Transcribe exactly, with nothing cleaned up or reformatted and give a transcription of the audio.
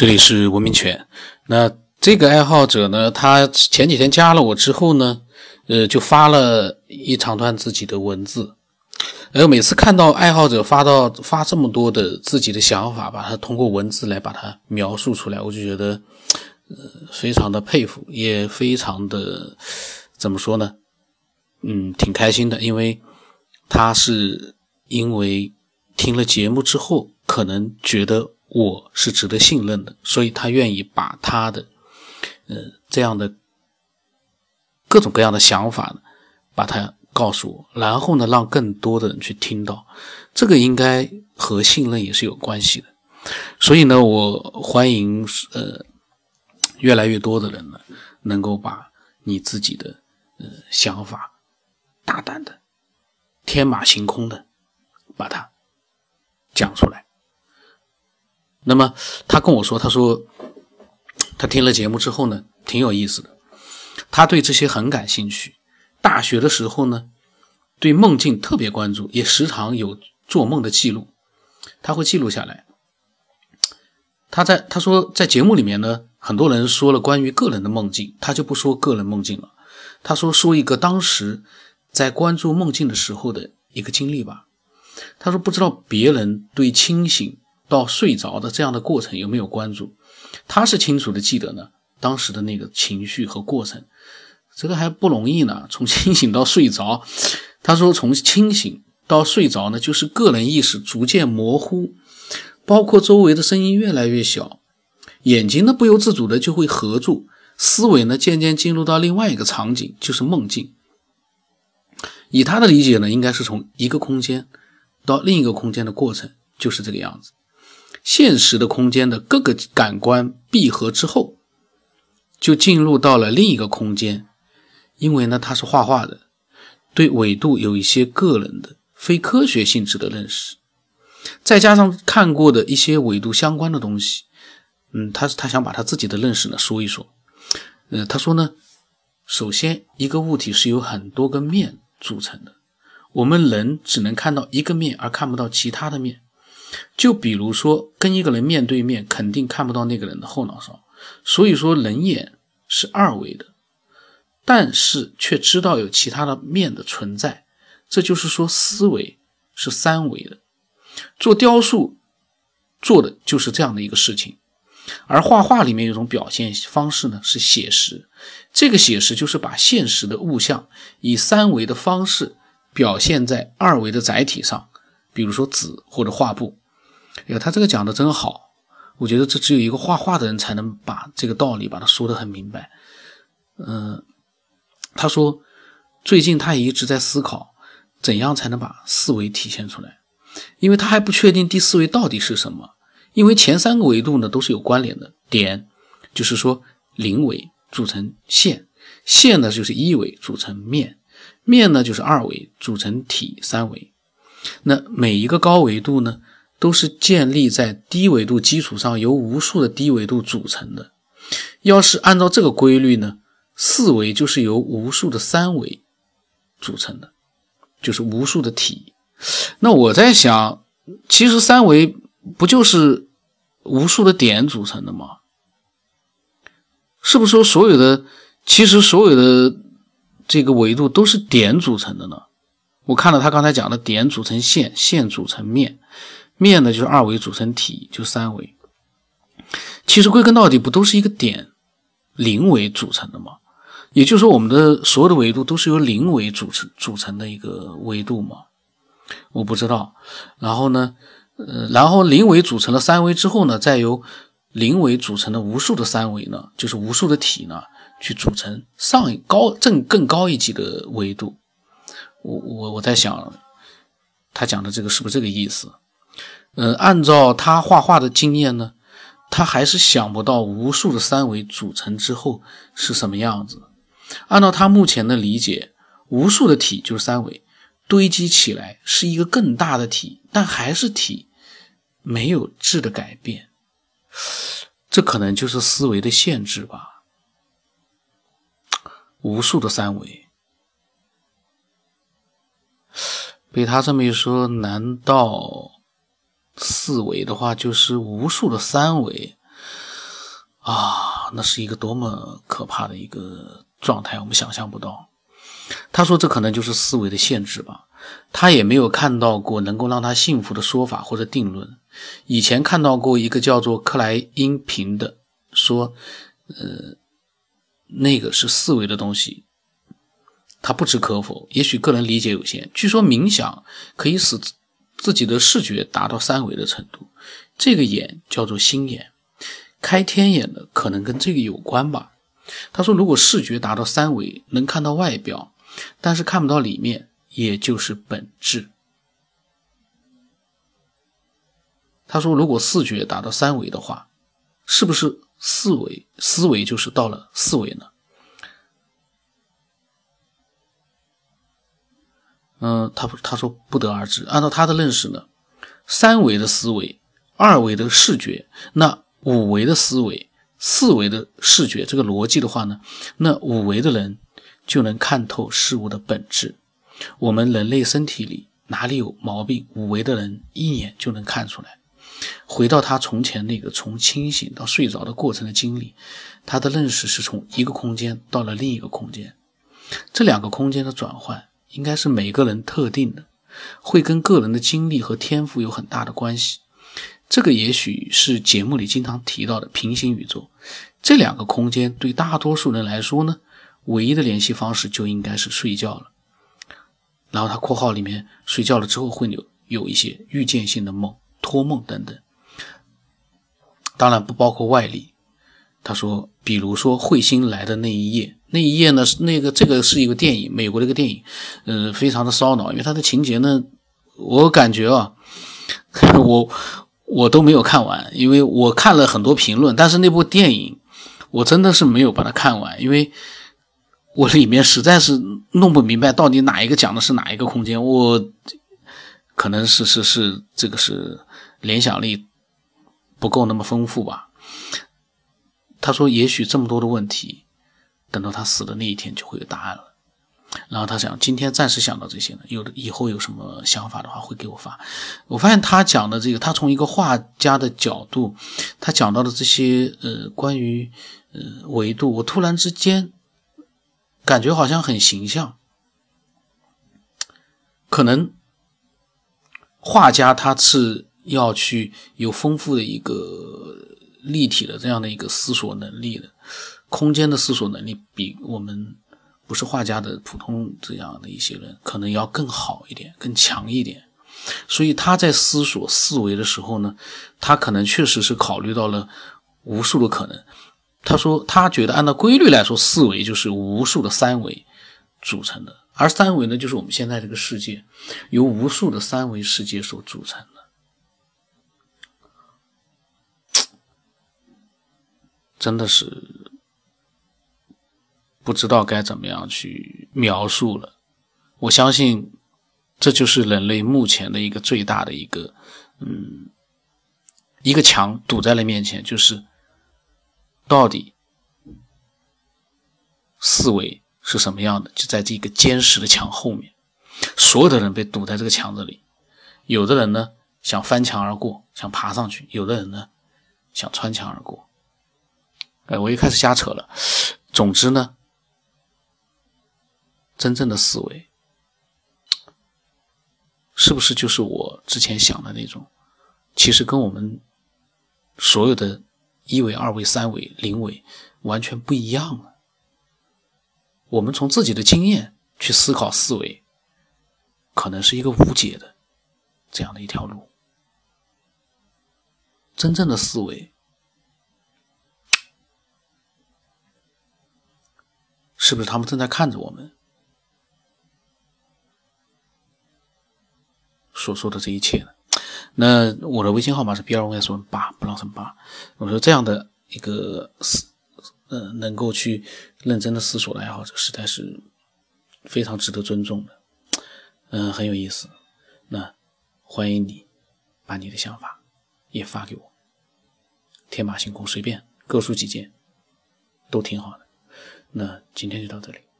这里是文明犬。那这个爱好者呢，他前几天加了我之后呢，呃，就发了一长段自己的文字。而每次看到爱好者发到发这么多的自己的想法，把它通过文字来把它描述出来，我就觉得呃非常的佩服，也非常的怎么说呢？嗯，挺开心的，因为他是因为听了节目之后，可能觉得我是值得信任的，所以他愿意把他的呃这样的各种各样的想法呢，把它告诉我，然后呢让更多的人去听到，这个应该和信任也是有关系的。所以呢，我欢迎呃越来越多的人呢，能够把你自己的呃想法大胆的天马行空的把它讲出来。那么他跟我说，他说他听了节目之后呢，挺有意思的，他对这些很感兴趣。大学的时候呢，对梦境特别关注，也时常有做梦的记录，他会记录下来。他在他说在节目里面呢，很多人说了关于个人的梦境，他就不说个人梦境了，他说说一个当时在关注梦境的时候的一个经历吧。他说不知道别人对清醒到睡着的这样的过程有没有关注，他是清楚的记得呢当时的那个情绪和过程，这个还不容易呢。从清醒到睡着，他说从清醒到睡着呢，就是个人意识逐渐模糊，包括周围的声音越来越小，眼睛呢不由自主的就会合住，思维呢渐渐进入到另外一个场景，就是梦境。以他的理解呢，应该是从一个空间到另一个空间的过程就是这个样子。现实的空间的各个感官闭合之后，就进入到了另一个空间。因为呢他是画画的，对纬度有一些个人的非科学性质的认识，再加上看过的一些纬度相关的东西，嗯，他他想把他自己的认识呢说一说。呃，他说呢，首先一个物体是由很多个面组成的，我们人只能看到一个面而看不到其他的面。就比如说跟一个人面对面，肯定看不到那个人的后脑勺，所以说人眼是二维的，但是却知道有其他的面的存在，这就是说思维是三维的。做雕塑做的就是这样的一个事情，而画画里面有一种表现方式呢是写实，这个写实就是把现实的物象以三维的方式表现在二维的载体上，比如说纸或者画布。哎呀，他这个讲的真好，我觉得这只有一个画画的人才能把这个道理把它说得很明白。嗯、呃，他说最近他也一直在思考怎样才能把四维体现出来，因为他还不确定第四维到底是什么。因为前三个维度呢都是有关联的，点就是说零维组成线，线呢就是一维组成面，面呢就是二维组成体三维。那每一个高维度呢都是建立在低维度基础上由无数的低维度组成的。要是按照这个规律呢，四维就是由无数的三维组成的，就是无数的体。那我在想，其实三维不就是无数的点组成的吗？是不是说所有的其实所有的这个维度都是点组成的呢？我看了他刚才讲的点组成线，线组成面，面呢就是二维组成体，就三维。其实归根到底不都是一个点零维组成的吗？也就是说我们的所有的维度都是由零维组成组成的一个维度吗？我不知道。然后呢呃，然后零维组成了三维之后呢，再由零维组成的无数的三维呢，就是无数的体呢去组成上高更更高一级的维度。我我我在想他讲的这个是不是这个意思。呃，按照他画画的经验呢，他还是想不到无数的三维组成之后是什么样子。按照他目前的理解，无数的体就是三维堆积起来是一个更大的体，但还是体，没有质的改变。这可能就是思维的限制吧。无数的三维，被他这么一说，难道四维的话就是无数的三维？ 啊，那是一个多么可怕的一个状态，我们想象不到。他说这可能就是思维的限制吧，他也没有看到过能够让他幸福的说法或者定论。以前看到过一个叫做克莱因评的说呃，那个是四维的东西，他不知可否，也许个人理解有限。据说冥想可以使自己的视觉达到三维的程度，这个眼叫做心眼，开天眼的可能跟这个有关吧。他说如果视觉达到三维，能看到外表，但是看不到里面，也就是本质。他说如果视觉达到三维的话，是不是四维思维就是到了四维呢？嗯、呃，他他说不得而知。按照他的认识呢，三维的思维，二维的视觉，那五维的思维，四维的视觉，这个逻辑的话呢，那五维的人就能看透事物的本质。我们人类身体里哪里有毛病，五维的人一眼就能看出来。回到他从前那个从清醒到睡着的过程的经历，他的认识是从一个空间到了另一个空间，这两个空间的转换应该是每个人特定的，会跟个人的经历和天赋有很大的关系。这个也许是节目里经常提到的平行宇宙。这两个空间对大多数人来说呢，唯一的联系方式就应该是睡觉了。然后他括号里面睡觉了之后会有有一些预见性的梦、托梦等等，当然不包括外力。他说比如说彗星来的那一夜，那一夜呢，那个这个是一个电影，美国的一个电影，呃，非常的烧脑，因为它的情节呢，我感觉啊，我我都没有看完，因为我看了很多评论，但是那部电影我真的是没有把它看完，因为我里面实在是弄不明白到底哪一个讲的是哪一个空间，我可能是是是这个是联想力不够那么丰富吧。他说也许这么多的问题等到他死的那一天就会有答案了。然后他想今天暂时想到这些呢，有的以后有什么想法的话会给我发。我发现他讲的这个，他从一个画家的角度，他讲到的这些呃关于呃维度，我突然之间感觉好像很形象。可能画家他是要去有丰富的一个立体的这样的一个思索能力的，空间的思索能力比我们不是画家的普通这样的一些人可能要更好一点，更强一点。所以他在思索四维的时候呢，他可能确实是考虑到了无数的可能。他说他觉得按照规律来说，四维就是无数的三维组成的，而三维呢，就是我们现在这个世界由无数的三维世界所组成的。真的是不知道该怎么样去描述了。我相信这就是人类目前的一个最大的一个嗯，一个墙堵在了面前，就是到底四维是什么样的，就在这个坚实的墙后面，所有的人被堵在这个墙子里。有的人呢想翻墙而过，想爬上去，有的人呢想穿墙而过。哎，我又开始瞎扯了。总之呢，真正的思维是不是就是我之前想的那种，其实跟我们所有的一维、二维、三维、零维完全不一样了。我们从自己的经验去思考四维，可能是一个无解的这样的一条路。真正的思维是不是他们正在看着我们所说的这一切呢？那我的微信号码是 B 二 五 S 八 不让成八。我说这样的一个呃能够去认真的思索的爱好者，实在是非常值得尊重的，嗯、呃，很有意思。那欢迎你把你的想法也发给我，天马行空随便各抒己见都挺好的。那今天就到这里。